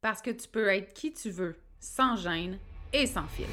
Parce que tu peux être qui tu veux, sans gêne et sans filtre.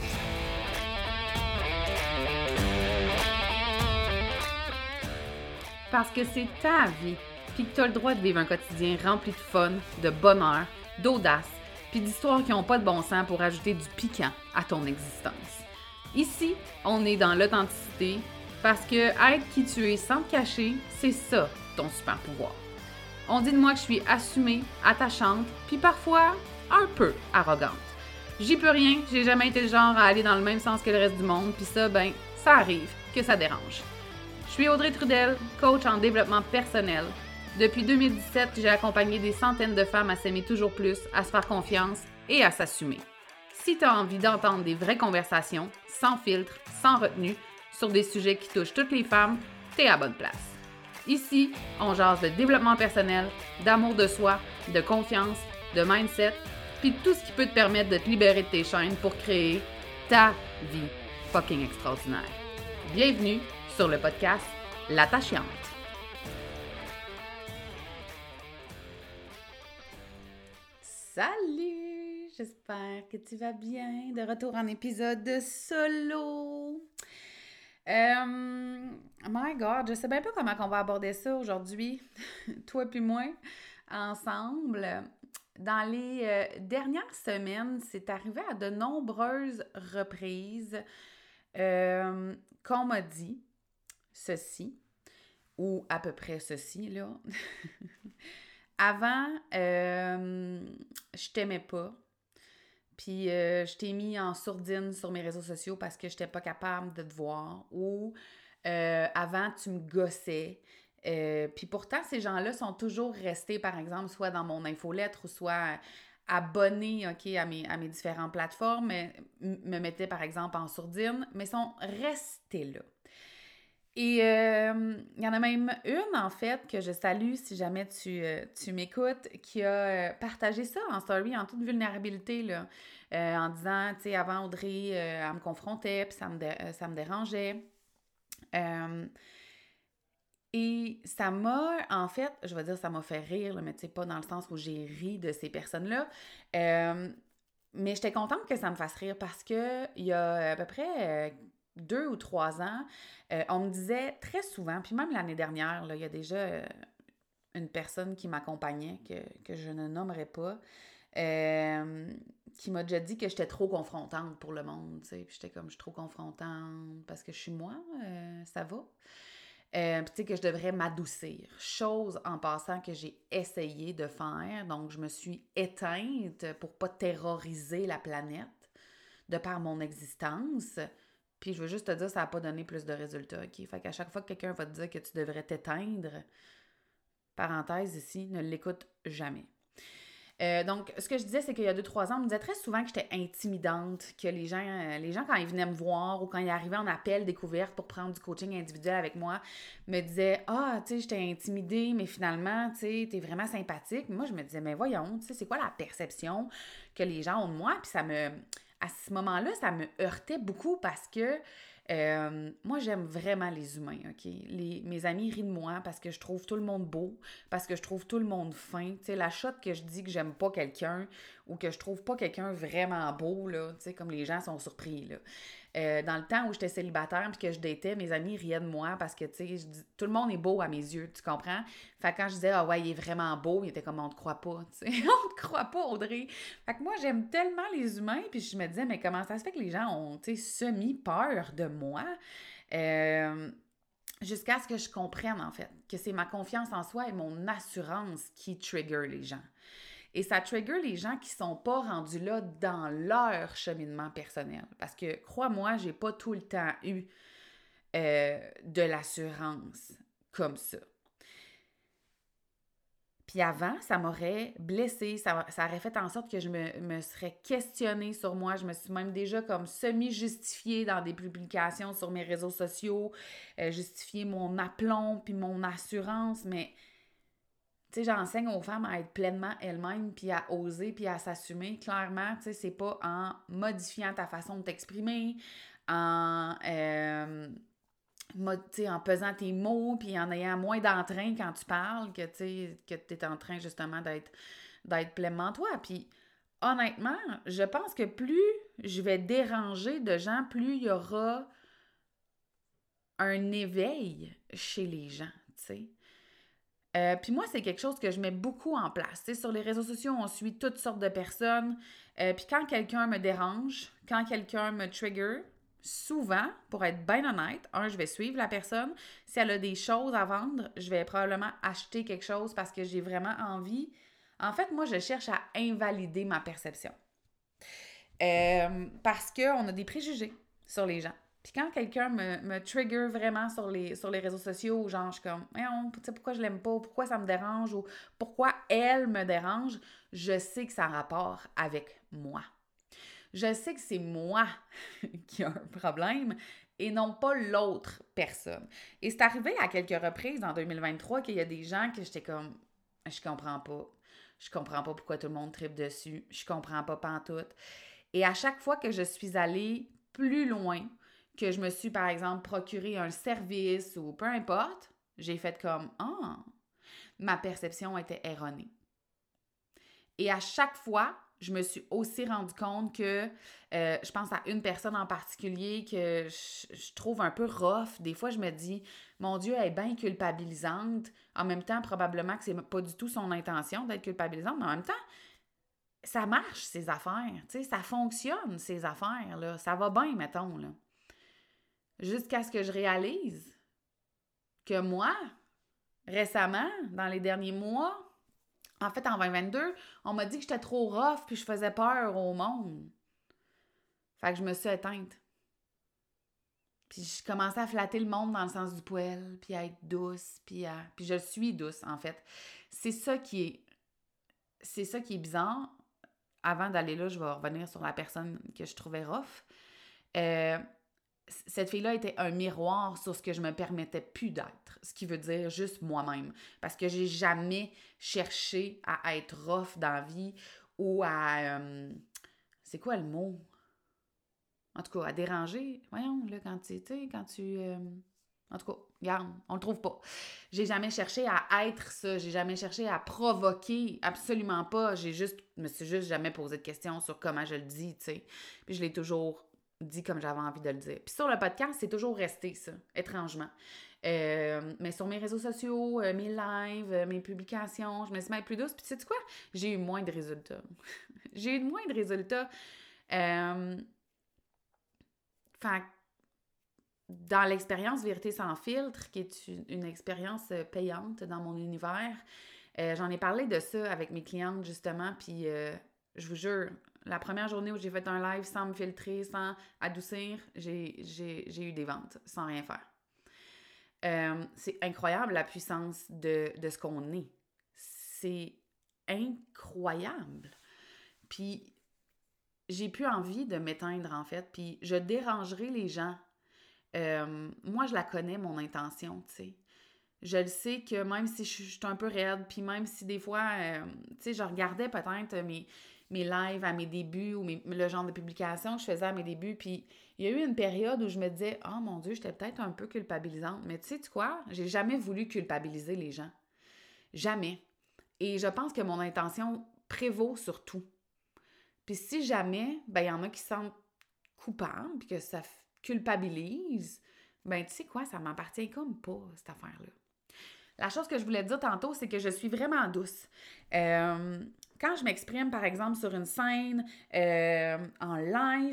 Parce que c'est ta vie, puis que tu as le droit de vivre un quotidien rempli de fun, de bonheur, d'audace, puis d'histoires qui n'ont pas de bon sens pour ajouter du piquant à ton existence. Ici, on est dans l'authenticité, parce que être qui tu es sans te cacher, c'est ça ton super pouvoir. On dit de moi que je suis assumée, attachante, puis parfois un peu arrogante. J'y peux rien, j'ai jamais été le genre à aller dans le même sens que le reste du monde, puis ça, ça arrive que ça dérange. Je suis Audrey Trudel, coach en développement personnel. Depuis 2017, j'ai accompagné des centaines de femmes à s'aimer toujours plus, à se faire confiance et à s'assumer. Si tu as envie d'entendre des vraies conversations, sans filtre, sans retenue, sur des sujets qui touchent toutes les femmes, t'es à bonne place. Ici, on jase de développement personnel, d'amour de soi, de confiance, de mindset, puis tout ce qui peut te permettre de te libérer de tes chaînes pour créer ta vie fucking extraordinaire. Bienvenue sur le podcast L'Attachante. Salut! J'espère que tu vas bien. De retour en épisode solo. My God, je sais bien pas comment on va aborder ça aujourd'hui, toi puis moi, ensemble. Dans les dernières semaines, c'est arrivé à de nombreuses reprises qu'on m'a dit ceci, ou à peu près ceci, là. Avant, je t'aimais pas. Puis je t'ai mis en sourdine sur mes réseaux sociaux parce que je n'étais pas capable de te voir. Ou avant, tu me gossais. Puis pourtant, ces gens-là sont toujours restés, par exemple, soit dans mon infolettre ou soit abonnés à mes différentes plateformes, me mettaient, par exemple, en sourdine, mais sont restés là. Et il y en a même une, en fait, que je salue si jamais tu m'écoutes, qui a partagé ça en story en toute vulnérabilité, là, en disant, tu sais, avant Audrey, elle me confrontait, puis ça me dérangeait. Et ça m'a, en fait, je vais dire ça m'a fait rire, là, mais tu sais, pas dans le sens où j'ai ri de ces personnes-là. Mais j'étais contente que ça me fasse rire parce que il y a à peu près 2 ou 3 ans, on me disait très souvent, puis même l'année dernière, là, il y a déjà une personne qui m'accompagnait, que je ne nommerai pas, qui m'a déjà dit que j'étais trop confrontante pour le monde, tu sais. Puis j'étais comme, je suis trop confrontante parce que je suis moi, ça va. Puis tu sais, que je devrais m'adoucir. Chose en passant que j'ai essayé de faire. Donc, je me suis éteinte pour pas terroriser la planète de par mon existence. Puis je veux juste te dire, ça n'a pas donné plus de résultats, OK? Fait qu'à chaque fois que quelqu'un va te dire que tu devrais t'éteindre, parenthèse ici, ne l'écoute jamais. Donc, ce que je disais, c'est qu'il y a 2-3 ans, on me disait très souvent que j'étais intimidante, que les gens, quand ils venaient me voir ou quand ils arrivaient en appel découverte pour prendre du coaching individuel avec moi, me disaient « Ah, tu sais, j'étais intimidée, mais finalement, tu sais, t'es vraiment sympathique. » Moi, je me disais « Mais voyons, tu sais, c'est quoi la perception que les gens ont de moi? » Puis à ce moment-là, ça me heurtait beaucoup parce que moi, j'aime vraiment les humains, OK? Mes amis rient de moi parce que je trouve tout le monde beau, parce que je trouve tout le monde fin. Tu sais, la shot que je dis que j'aime pas quelqu'un ou que je trouve pas quelqu'un vraiment beau, là, tu sais, comme les gens sont surpris, là. Dans le temps où j'étais célibataire puis que je datais, mes amis riaient de moi parce que, tu sais, tout le monde est beau à mes yeux, tu comprends? Fait que quand je disais « Ah ouais, il est vraiment beau », il était comme « On te croit pas », tu sais. « On te croit pas, Audrey ». Fait que moi, j'aime tellement les humains, puis je me disais « Mais comment ça se fait que les gens ont, tu sais, semi-peur de moi? » Jusqu'à ce que je comprenne, en fait, que c'est ma confiance en soi et mon assurance qui trigger les gens. Et ça trigger les gens qui sont pas rendus là dans leur cheminement personnel. Parce que, crois-moi, j'ai pas tout le temps eu de l'assurance comme ça. Puis avant, ça m'aurait blessée, ça aurait fait en sorte que je me serais questionnée sur moi. Je me suis même déjà comme semi-justifiée dans des publications sur mes réseaux sociaux, justifier mon aplomb puis mon assurance, mais tu sais, j'enseigne aux femmes à être pleinement elles-mêmes, puis à oser, puis à s'assumer. Clairement, tu sais, c'est pas en modifiant ta façon de t'exprimer, en, en pesant tes mots, puis en ayant moins d'entrain quand tu parles, que tu es en train justement d'être pleinement toi. Puis honnêtement, je pense que plus je vais déranger de gens, plus il y aura un éveil chez les gens, tu sais. Puis moi, c'est quelque chose que je mets beaucoup en place. Tu sais, sur les réseaux sociaux, on suit toutes sortes de personnes. Puis quand quelqu'un me dérange, quand quelqu'un me trigger, souvent, pour être bien honnête, je vais suivre la personne. Si elle a des choses à vendre, je vais probablement acheter quelque chose parce que j'ai vraiment envie. En fait, moi, je cherche à invalider ma perception. Parce qu'on a des préjugés sur les gens. Puis quand quelqu'un me trigger vraiment sur les réseaux sociaux, genre je suis comme, tu sais, pourquoi je l'aime pas, pourquoi ça me dérange, ou pourquoi elle me dérange, je sais que ça a un rapport avec moi. Je sais que c'est moi qui ai un problème et non pas l'autre personne. Et c'est arrivé à quelques reprises en 2023 qu'il y a des gens que j'étais comme, je comprends pas. Je comprends pas pourquoi tout le monde tripe dessus. Je comprends pas pantoute. Et à chaque fois que je suis allée plus loin, que je me suis, par exemple, procuré un service ou peu importe, j'ai fait comme « Ah! » Ma perception était erronée. Et à chaque fois, je me suis aussi rendu compte que je pense à une personne en particulier que je trouve un peu rough. Des fois, je me dis, mon Dieu, elle est bien culpabilisante. En même temps, probablement que c'est pas du tout son intention d'être culpabilisante, mais en même temps, ça marche, ces affaires. Tu sais, ça fonctionne, ces affaires-là. Ça va bien, mettons, là. Jusqu'à ce que je réalise que moi, récemment, dans les derniers mois, en fait, en 2022, on m'a dit que j'étais trop rough puis je faisais peur au monde. Fait que je me suis éteinte. Puis je commençais à flatter le monde dans le sens du poil, puis à être douce, puis je suis douce, en fait. C'est ça qui est... C'est ça qui est bizarre. Avant d'aller là, je vais revenir sur la personne que je trouvais rough. Cette fille-là était un miroir sur ce que je me permettais plus d'être, ce qui veut dire juste moi-même. Parce que j'ai jamais cherché à être rough dans la vie ou à... c'est quoi le mot? En tout cas, à déranger. Voyons, là, quand tu sais, quand tu... en tout cas, regarde, on le trouve pas. J'ai jamais cherché à être ça. J'ai jamais cherché à provoquer. Absolument pas. Me suis juste jamais posé de questions sur comment je le dis, tu sais. Puis je l'ai toujours dit comme j'avais envie de le dire. Puis sur le podcast, c'est toujours resté ça, étrangement. Mais sur mes réseaux sociaux, mes lives, mes publications, je me suis mis plus douce. Puis tu sais quoi? J'ai eu moins de résultats. J'ai eu moins de résultats. Fait dans l'expérience Vérité sans filtre, qui est une expérience payante dans mon univers, j'en ai parlé de ça avec mes clientes, justement, puis je vous jure, la première journée où j'ai fait un live sans me filtrer, sans adoucir, j'ai eu des ventes, sans rien faire. C'est incroyable la puissance de ce qu'on est. C'est incroyable. Puis j'ai plus envie de m'éteindre, en fait, puis je dérangerai les gens. Moi, je la connais, mon intention, tu sais. Je le sais que même si je suis un peu raide, puis même si des fois, tu sais, je regardais peut-être mes lives à mes débuts ou le genre de publication que je faisais à mes débuts, puis il y a eu une période où je me disais « Oh mon Dieu, j'étais peut-être un peu culpabilisante. » Mais tu sais quoi? J'ai jamais voulu culpabiliser les gens. Jamais. Et je pense que mon intention prévaut sur tout. Puis si jamais, ben il y en a qui se sentent coupables, puis que ça culpabilise, ben tu sais quoi, ça m'appartient comme pas, cette affaire-là. La chose que je voulais te dire tantôt, c'est que je suis vraiment douce. Quand je m'exprime, par exemple, sur une scène, en live,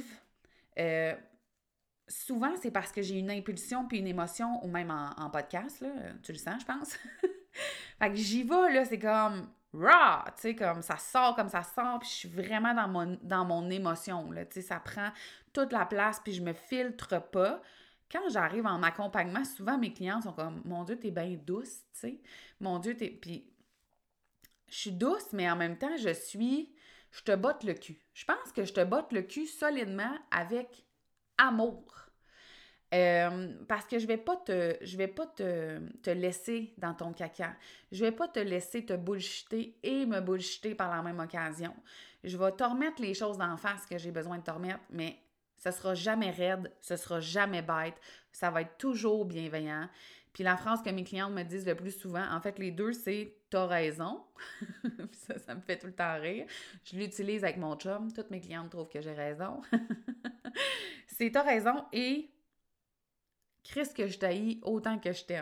souvent, c'est parce que j'ai une impulsion puis une émotion, ou même en podcast, là, tu le sens, je pense. Fait que j'y vais, là, c'est comme raw, tu sais, comme ça sort, puis je suis vraiment dans mon émotion, là, tu sais, ça prend toute la place, puis je me filtre pas. Quand j'arrive en accompagnement, souvent mes clients sont comme « Mon Dieu, t'es bien douce, tu sais. Mon Dieu, t'es... » Puis je suis douce, mais en même temps, je te botte le cul. Je pense que je te botte le cul solidement avec amour. Parce que je vais pas te laisser dans ton caca. Je vais pas te laisser te bullshiter et me bullshiter par la même occasion. Je vais te remettre les choses d'en face que j'ai besoin de te remettre, mais ce sera jamais raide, ce sera jamais bête, ça va être toujours bienveillant. Puis la phrase que mes clientes me disent le plus souvent, en fait, les deux, c'est « t'as raison ». Ça me fait tout le temps rire. Je l'utilise avec mon chum. Toutes mes clientes trouvent que j'ai raison. C'est « t'as raison » et « Christ que je t'haïs autant que je t'aime ».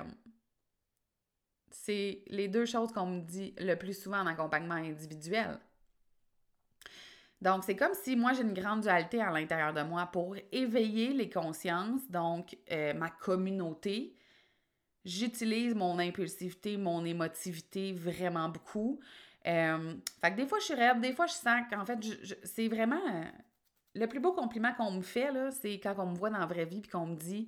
C'est les deux choses qu'on me dit le plus souvent en accompagnement individuel. Donc, c'est comme si moi, j'ai une grande dualité à l'intérieur de moi pour éveiller les consciences, donc ma communauté. J'utilise mon impulsivité, mon émotivité vraiment beaucoup. Fait que des fois, je suis raide, des fois, je sens qu'en fait, c'est vraiment... le plus beau compliment qu'on me fait, là, c'est quand on me voit dans la vraie vie puis qu'on me dit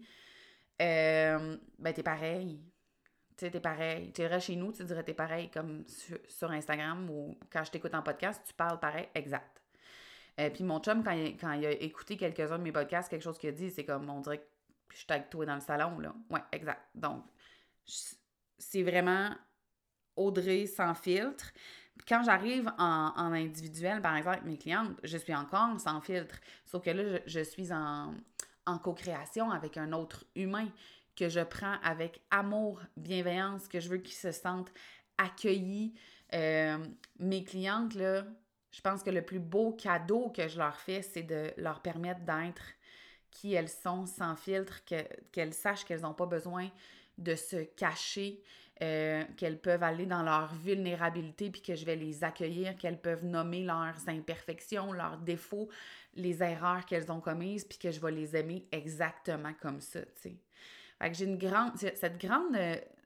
ben, t'es pareil. Tu sais, t'es pareil. Tu irais chez nous, tu dirais t'es pareil comme sur Instagram ou quand je t'écoute en podcast, tu parles pareil, exact. Puis mon chum, quand il a écouté quelques-uns de mes podcasts, quelque chose qu'il a dit, c'est comme, on dirait que je suis avec toi dans le salon, là. Ouais, exact. Donc, c'est vraiment Audrey sans filtre. Puis quand j'arrive en individuel, par exemple, avec mes clientes, je suis encore sans filtre. Sauf que là, je suis en co-création avec un autre humain que je prends avec amour, bienveillance, que je veux qu'ils se sentent accueillis. Mes clientes, là, je pense que le plus beau cadeau que je leur fais, c'est de leur permettre d'être qui elles sont sans filtre, qu'elles sachent qu'elles n'ont pas besoin de se cacher, qu'elles peuvent aller dans leur vulnérabilité puis que je vais les accueillir, qu'elles peuvent nommer leurs imperfections, leurs défauts, les erreurs qu'elles ont commises puis que je vais les aimer exactement comme ça, tu sais. Fait que j'ai cette grande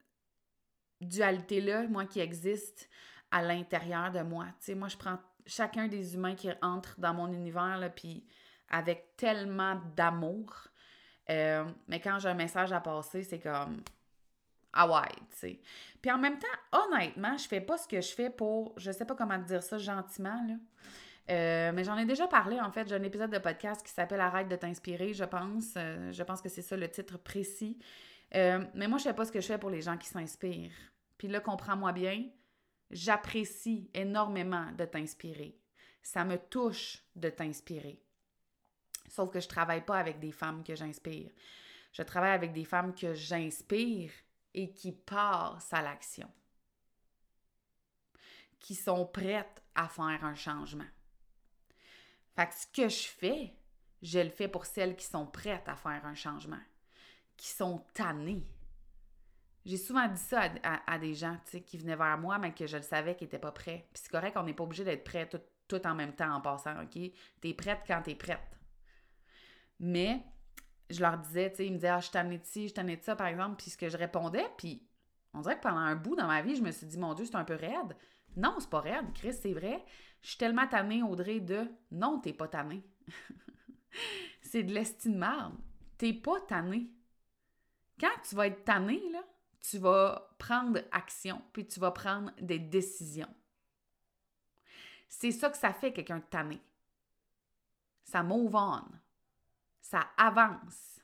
dualité-là, moi, qui existe à l'intérieur de moi. Tu sais, moi, je prends chacun des humains qui entrent dans mon univers, là, puis avec tellement d'amour. Mais quand j'ai un message à passer, c'est comme ah ouais, tu sais. Puis en même temps, honnêtement, je fais pas ce que je fais pour, je sais pas comment te dire ça gentiment, là. Mais j'en ai déjà parlé, en fait. J'ai un épisode de podcast qui s'appelle « Arrête de t'inspirer », je pense. Je pense que c'est ça le titre précis. Mais moi, je fais pas ce que je fais pour les gens qui s'inspirent. Puis là, comprends-moi bien, j'apprécie énormément de t'inspirer. Ça me touche de t'inspirer. Sauf que je travaille pas avec des femmes que j'inspire. Je travaille avec des femmes que j'inspire et qui passent à l'action. Qui sont prêtes à faire un changement. Fait que ce que je le fais pour celles qui sont prêtes à faire un changement, qui sont tannées. J'ai souvent dit ça à des gens, tu sais, qui venaient vers moi, mais que je le savais qu'ils n'étaient pas prêts. Puis c'est correct, on n'est pas obligé d'être prêt tout en même temps en passant, OK? T'es prête quand t'es prête. Mais je leur disais, tu sais, ils me disaient, je suis tannée de ci, je suis tannée de ça, par exemple, puis ce que je répondais, puis on dirait que pendant un bout dans ma vie, je me suis dit, mon Dieu, c'est un peu raide. Non, c'est pas raide, Chris, c'est vrai. Je suis tellement tannée, Audrey, de non, t'es pas tannée. C'est de l'estime de marde. T'es pas tannée. Quand tu vas être tannée, là, tu vas prendre action, puis tu vas prendre des décisions. C'est ça que ça fait quelqu'un de tanné. Ça move on. Ça avance.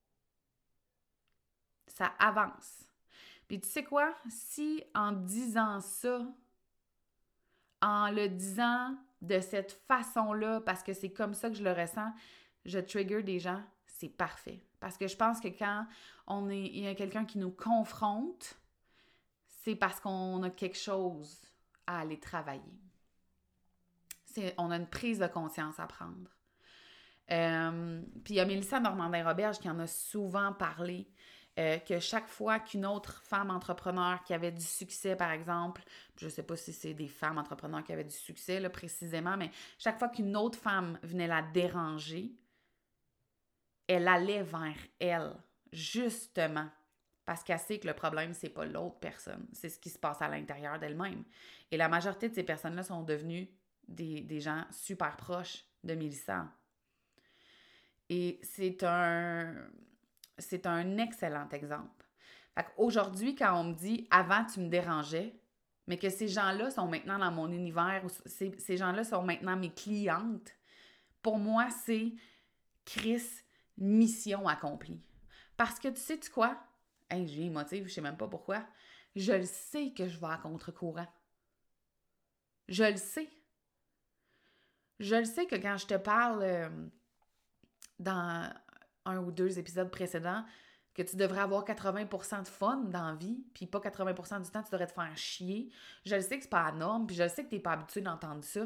Ça avance. Puis tu sais quoi? Si en disant ça, en le disant de cette façon-là, parce que c'est comme ça que je le ressens, je trigger des gens, c'est parfait. Parce que je pense que quand il y a quelqu'un qui nous confronte, c'est parce qu'on a quelque chose à aller travailler. On a une prise de conscience à prendre. Puis il y a Mélissa Normandin-Roberge qui en a souvent parlé, que chaque fois qu'une autre femme entrepreneur qui avait du succès, par exemple, je ne sais pas si c'est des femmes entrepreneurs qui avaient du succès là, précisément, mais chaque fois qu'une autre femme venait la déranger, elle allait vers elle, justement, parce qu'elle sait que le problème, c'est pas l'autre personne, c'est ce qui se passe à l'intérieur d'elle-même. Et la majorité de ces personnes-là sont devenues des gens super proches de Mélissa. Et c'est un excellent exemple. Fait qu'aujourd'hui, quand on me dit « avant, tu me dérangeais », mais que ces gens-là sont maintenant dans mon univers, ou ces gens-là sont maintenant mes clientes, pour moi, c'est Chris, mission accomplie. Parce que tu sais-tu quoi? Hey, j'ai une motive, je sais même pas pourquoi. Je le sais que je vais à contre-courant. Je le sais. Je le sais que quand je te parle dans un ou deux épisodes précédents que tu devrais avoir 80% de fun dans la vie, puis pas 80% du temps, tu devrais te faire chier. Je le sais que c'est pas la norme, puis je le sais que t'es pas habitué d'entendre ça.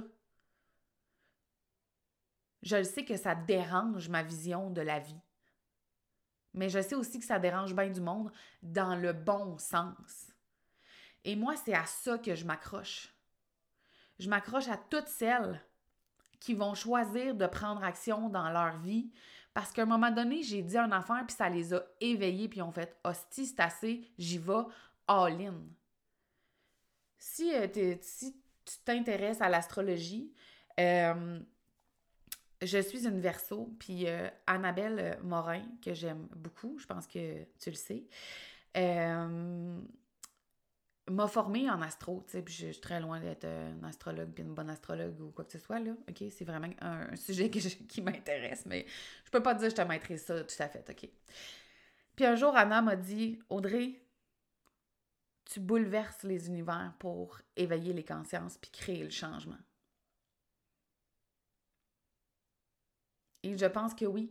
Je le sais que ça dérange ma vision de la vie. Mais je sais aussi que ça dérange bien du monde dans le bon sens. Et moi, c'est à ça que je m'accroche. Je m'accroche à toutes celles qui vont choisir de prendre action dans leur vie parce qu'à un moment donné, j'ai dit une affaire puis ça les a éveillés puis ils ont fait « Hostie, c'est assez, j'y vais all-in ». Si tu t'intéresses à l'astrologie, je suis une Verseau, puis Annabelle Morin, que j'aime beaucoup, je pense que tu le sais, m'a formée en astro, tu sais, puis je suis très loin d'être un astrologue puis une bonne astrologue ou quoi que ce soit, là, OK? C'est vraiment un sujet qui m'intéresse, mais je peux pas te dire que je te maîtrise ça tout à fait, OK? Puis un jour, Anna m'a dit « Audrey, tu bouleverses les univers pour éveiller les consciences puis créer le changement. » Et je pense que oui,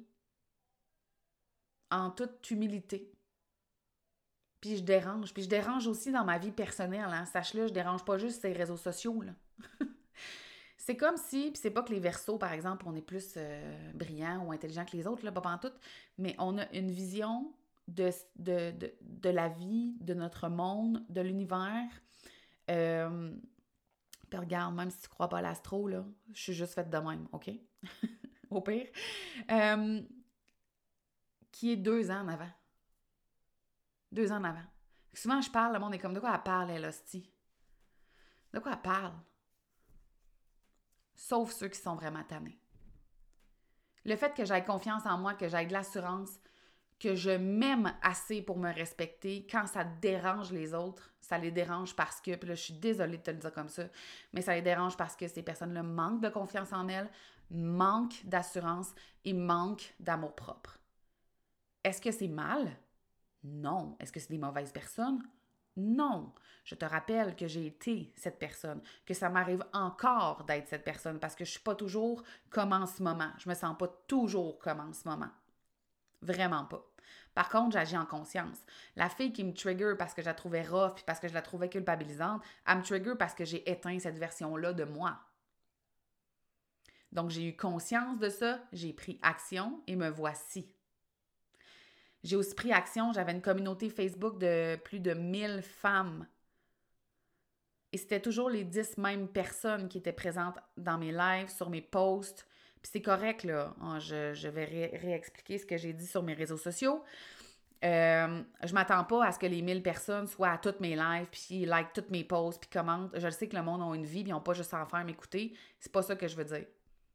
en toute humilité. Puis je dérange aussi dans ma vie personnelle, hein. Sache-le, je dérange pas juste ces réseaux sociaux, là. C'est comme si, puis c'est pas que les Verseaux, par exemple, on est plus brillants ou intelligents que les autres, là, pas pantoute, mais on a une vision de la vie, de notre monde, de l'univers. Puis regarde, même si tu crois pas à l'astro, là, je suis juste faite de même, OK? Au pire. Qui est 2 ans en avant. 2 ans en avant. Souvent, je parle, le monde est comme, de quoi elle parle, elle, hostie? De quoi elle parle? Sauf ceux qui sont vraiment tannés. Le fait que j'aie confiance en moi, que j'aie de l'assurance, que je m'aime assez pour me respecter, quand ça dérange les autres, ça les dérange parce que, puis là, je suis désolée de te le dire comme ça, mais ça les dérange parce que ces personnes-là manquent de confiance en elles, manquent d'assurance et manquent d'amour-propre. Est-ce que c'est mal? Non. Est-ce que c'est des mauvaises personnes? Non. Je te rappelle que j'ai été cette personne, que ça m'arrive encore d'être cette personne parce que je ne suis pas toujours comme en ce moment. Je me sens pas toujours comme en ce moment. Vraiment pas. Par contre, j'agis en conscience. La fille qui me trigger parce que je la trouvais rough puis parce que je la trouvais culpabilisante, elle me trigger parce que j'ai éteint cette version-là de moi. Donc, j'ai eu conscience de ça, j'ai pris action et me voici. J'ai aussi pris action, j'avais une communauté Facebook de plus de 1000 femmes. Et c'était toujours les 10 mêmes personnes qui étaient présentes dans mes lives, sur mes posts. Puis c'est correct, là. Je vais réexpliquer ce que j'ai dit sur mes réseaux sociaux. Je m'attends pas à ce que les 1000 personnes soient à toutes mes lives, puis like toutes mes posts, puis commentent. Je le sais que le monde a une vie, puis ils n'ont pas juste à en faire m'écouter. C'est pas ça que je veux dire.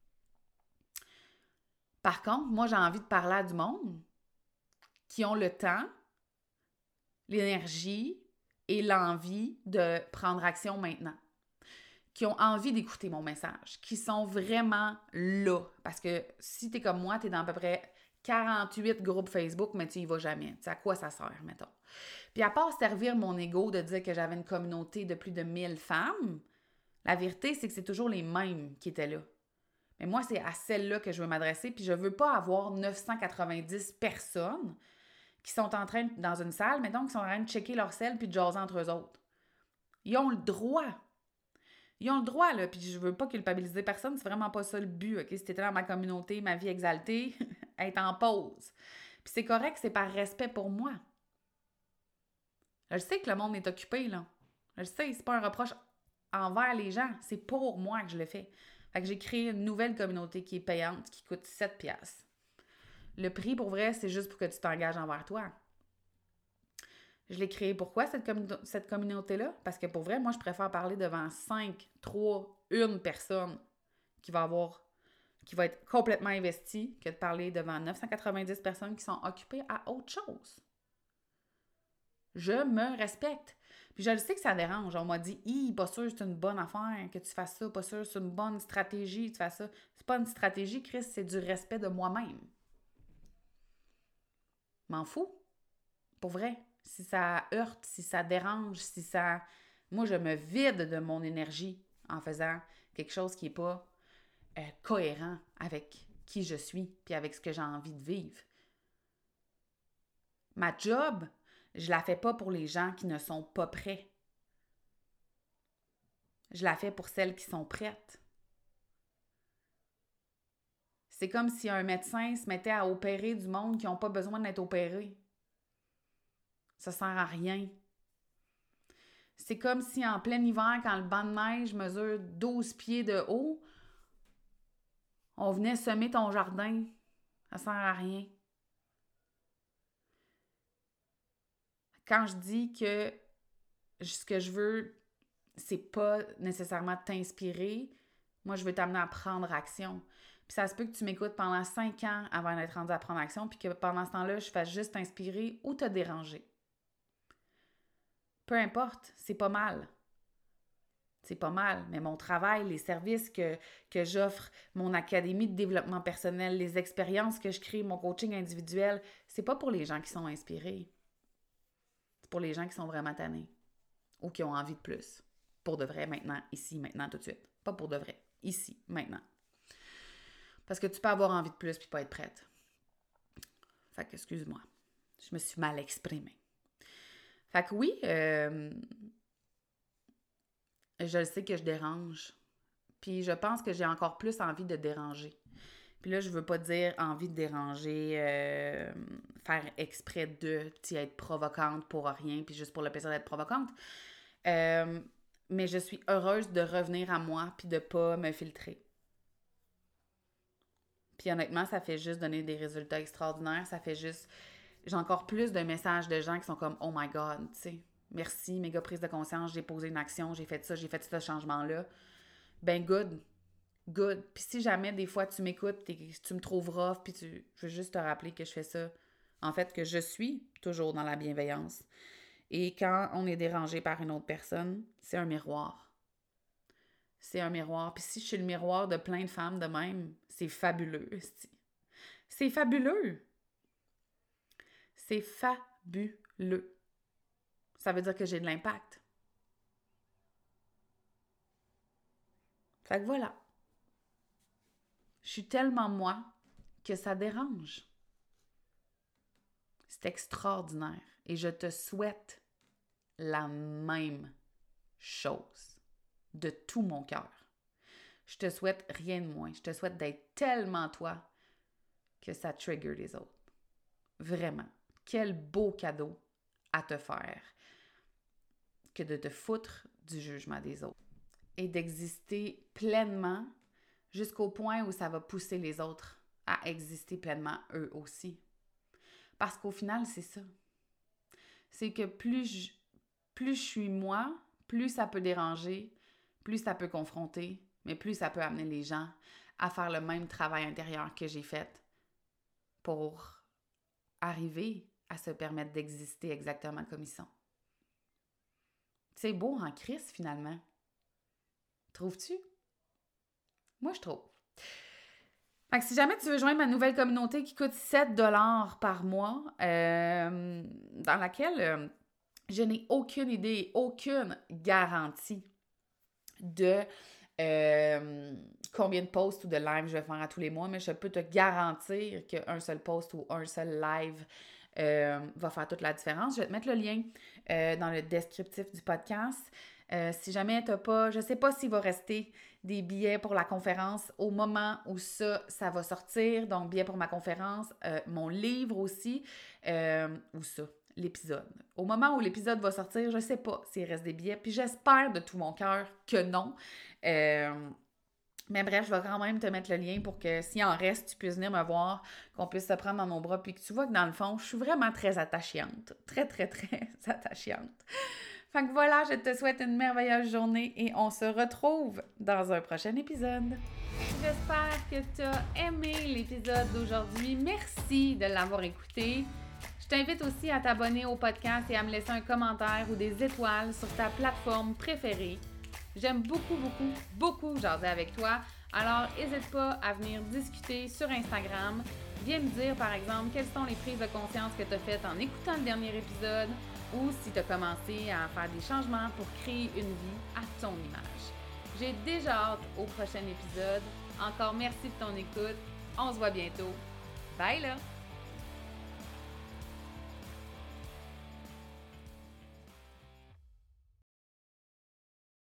Par contre, moi, j'ai envie de parler à du monde qui ont le temps, l'énergie et l'envie de prendre action maintenant. Qui ont envie d'écouter mon message, qui sont vraiment là. Parce que si t'es comme moi, t'es dans à peu près 48 groupes Facebook, mais tu y vas jamais. Tu sais, à quoi ça sert, mettons? Puis à part servir mon ego de dire que j'avais une communauté de plus de 1000 femmes, la vérité, c'est que c'est toujours les mêmes qui étaient là. Mais moi, c'est à celles-là que je veux m'adresser, puis je veux pas avoir 990 personnes qui sont en train, dans une salle, mais donc qui sont en train de checker leur sel puis de jaser entre eux autres. Ils ont le droit. Ils ont le droit, là, puis je veux pas culpabiliser personne, c'est vraiment pas ça le but, OK? Si t'étais dans ma communauté, ma vie exaltée, être en pause. Puis c'est correct, c'est par respect pour moi. Je sais que le monde est occupé, là. Je sais, c'est pas un reproche envers les gens, c'est pour moi que je le fais. Fait que j'ai créé une nouvelle communauté qui est payante, qui coûte 7$. Le prix, pour vrai, c'est juste pour que tu t'engages envers toi. Je l'ai créée pourquoi, cette communauté-là? Parce que pour vrai, moi, je préfère parler devant 5, 3, 1 personne qui va être complètement investie que de parler devant 990 personnes qui sont occupées à autre chose. Je me respecte. Puis je le sais que ça dérange. On m'a dit, pas sûr c'est une bonne affaire que tu fasses ça, pas sûr c'est une bonne stratégie que tu fasses ça. C'est pas une stratégie, Chris, c'est du respect de moi-même. M'en fous. Pour vrai. Si ça heurte, si ça dérange, si ça... Moi, je me vide de mon énergie en faisant quelque chose qui n'est pas cohérent avec qui je suis puis avec ce que j'ai envie de vivre. Ma job, je la fais pas pour les gens qui ne sont pas prêts. Je la fais pour celles qui sont prêtes. C'est comme si un médecin se mettait à opérer du monde qui n'ont pas besoin d'être opérés. Ça sert à rien. C'est comme si en plein hiver, quand le banc de neige mesure 12 pieds de haut, on venait semer ton jardin. Ça sert à rien. Quand je dis que ce que je veux, c'est pas nécessairement t'inspirer, moi, je veux t'amener à prendre action. Puis ça se peut que tu m'écoutes pendant 5 ans avant d'être rendu à prendre action, puis que pendant ce temps-là, je fasse juste t'inspirer ou te déranger. Peu importe, c'est pas mal. C'est pas mal, mais mon travail, les services que j'offre, mon académie de développement personnel, les expériences que je crée, mon coaching individuel, c'est pas pour les gens qui sont inspirés. C'est pour les gens qui sont vraiment tannés ou qui ont envie de plus. Pour de vrai, maintenant, ici, maintenant, tout de suite. Pas pour de vrai, ici, maintenant. Parce que tu peux avoir envie de plus puis pas être prête. Fait que, excuse-moi, je me suis mal exprimée. Fait que oui, je le sais que je dérange. Puis je pense que j'ai encore plus envie de déranger. Puis là, je veux pas dire envie de déranger, faire exprès de, être provocante pour rien, puis juste pour le plaisir d'être provocante. Mais je suis heureuse de revenir à moi puis de pas me filtrer. Puis honnêtement, ça fait juste donner des résultats extraordinaires. Ça fait juste... J'ai encore plus de messages de gens qui sont comme « Oh my God! » tu sais. Merci, méga prise de conscience, j'ai posé une action, j'ai fait ça, j'ai fait ce changement-là. Ben good. Good. Puis si jamais des fois tu m'écoutes, tu me trouves rough, puis je veux juste te rappeler que je fais ça. En fait, que je suis toujours dans la bienveillance. Et quand on est dérangé par une autre personne, c'est un miroir. C'est un miroir. Puis si je suis le miroir de plein de femmes de même, c'est fabuleux. C'est fabuleux. C'est fabuleux. Ça veut dire que j'ai de l'impact. Fait que voilà. Je suis tellement moi que ça dérange. C'est extraordinaire. Et je te souhaite la même chose de tout mon cœur. Je te souhaite rien de moins. Je te souhaite d'être tellement toi que ça trigger les autres. Vraiment. Quel beau cadeau à te faire que de te foutre du jugement des autres et d'exister pleinement jusqu'au point où ça va pousser les autres à exister pleinement eux aussi. Parce qu'au final, c'est ça. C'est que plus je suis moi, plus ça peut déranger, plus ça peut confronter, mais plus ça peut amener les gens à faire le même travail intérieur que j'ai fait pour arriver à se permettre d'exister exactement comme ils sont. C'est beau en crise, finalement. Trouves-tu? Moi, je trouve. Fait que si jamais tu veux joindre ma nouvelle communauté qui coûte 7$ par mois, dans laquelle je n'ai aucune idée, aucune garantie de combien de posts ou de lives je vais faire à tous les mois, mais je peux te garantir qu'un seul post ou un seul live va faire toute la différence. Je vais te mettre le lien dans le descriptif du podcast. Si jamais tu n'as pas, je ne sais pas s'il va rester des billets pour la conférence au moment où ça va sortir. Donc, billets pour ma conférence, mon livre aussi, ou ça, l'épisode. Au moment où l'épisode va sortir, je ne sais pas s'il reste des billets. Puis j'espère de tout mon cœur que non. Mais bref, je vais quand même te mettre le lien pour que s'il en reste, tu puisses venir me voir, qu'on puisse se prendre dans nos bras, puis que tu vois que dans le fond, je suis vraiment très attachante. Très, très, très attachante. Fait que voilà, je te souhaite une merveilleuse journée et on se retrouve dans un prochain épisode. J'espère que tu as aimé l'épisode d'aujourd'hui. Merci de l'avoir écouté. Je t'invite aussi à t'abonner au podcast et à me laisser un commentaire ou des étoiles sur ta plateforme préférée. J'aime beaucoup, beaucoup, beaucoup jaser avec toi. Alors, n'hésite pas à venir discuter sur Instagram. Viens me dire, par exemple, quelles sont les prises de conscience que tu as faites en écoutant le dernier épisode ou si tu as commencé à faire des changements pour créer une vie à ton image. J'ai déjà hâte au prochain épisode. Encore merci de ton écoute. On se voit bientôt. Bye là!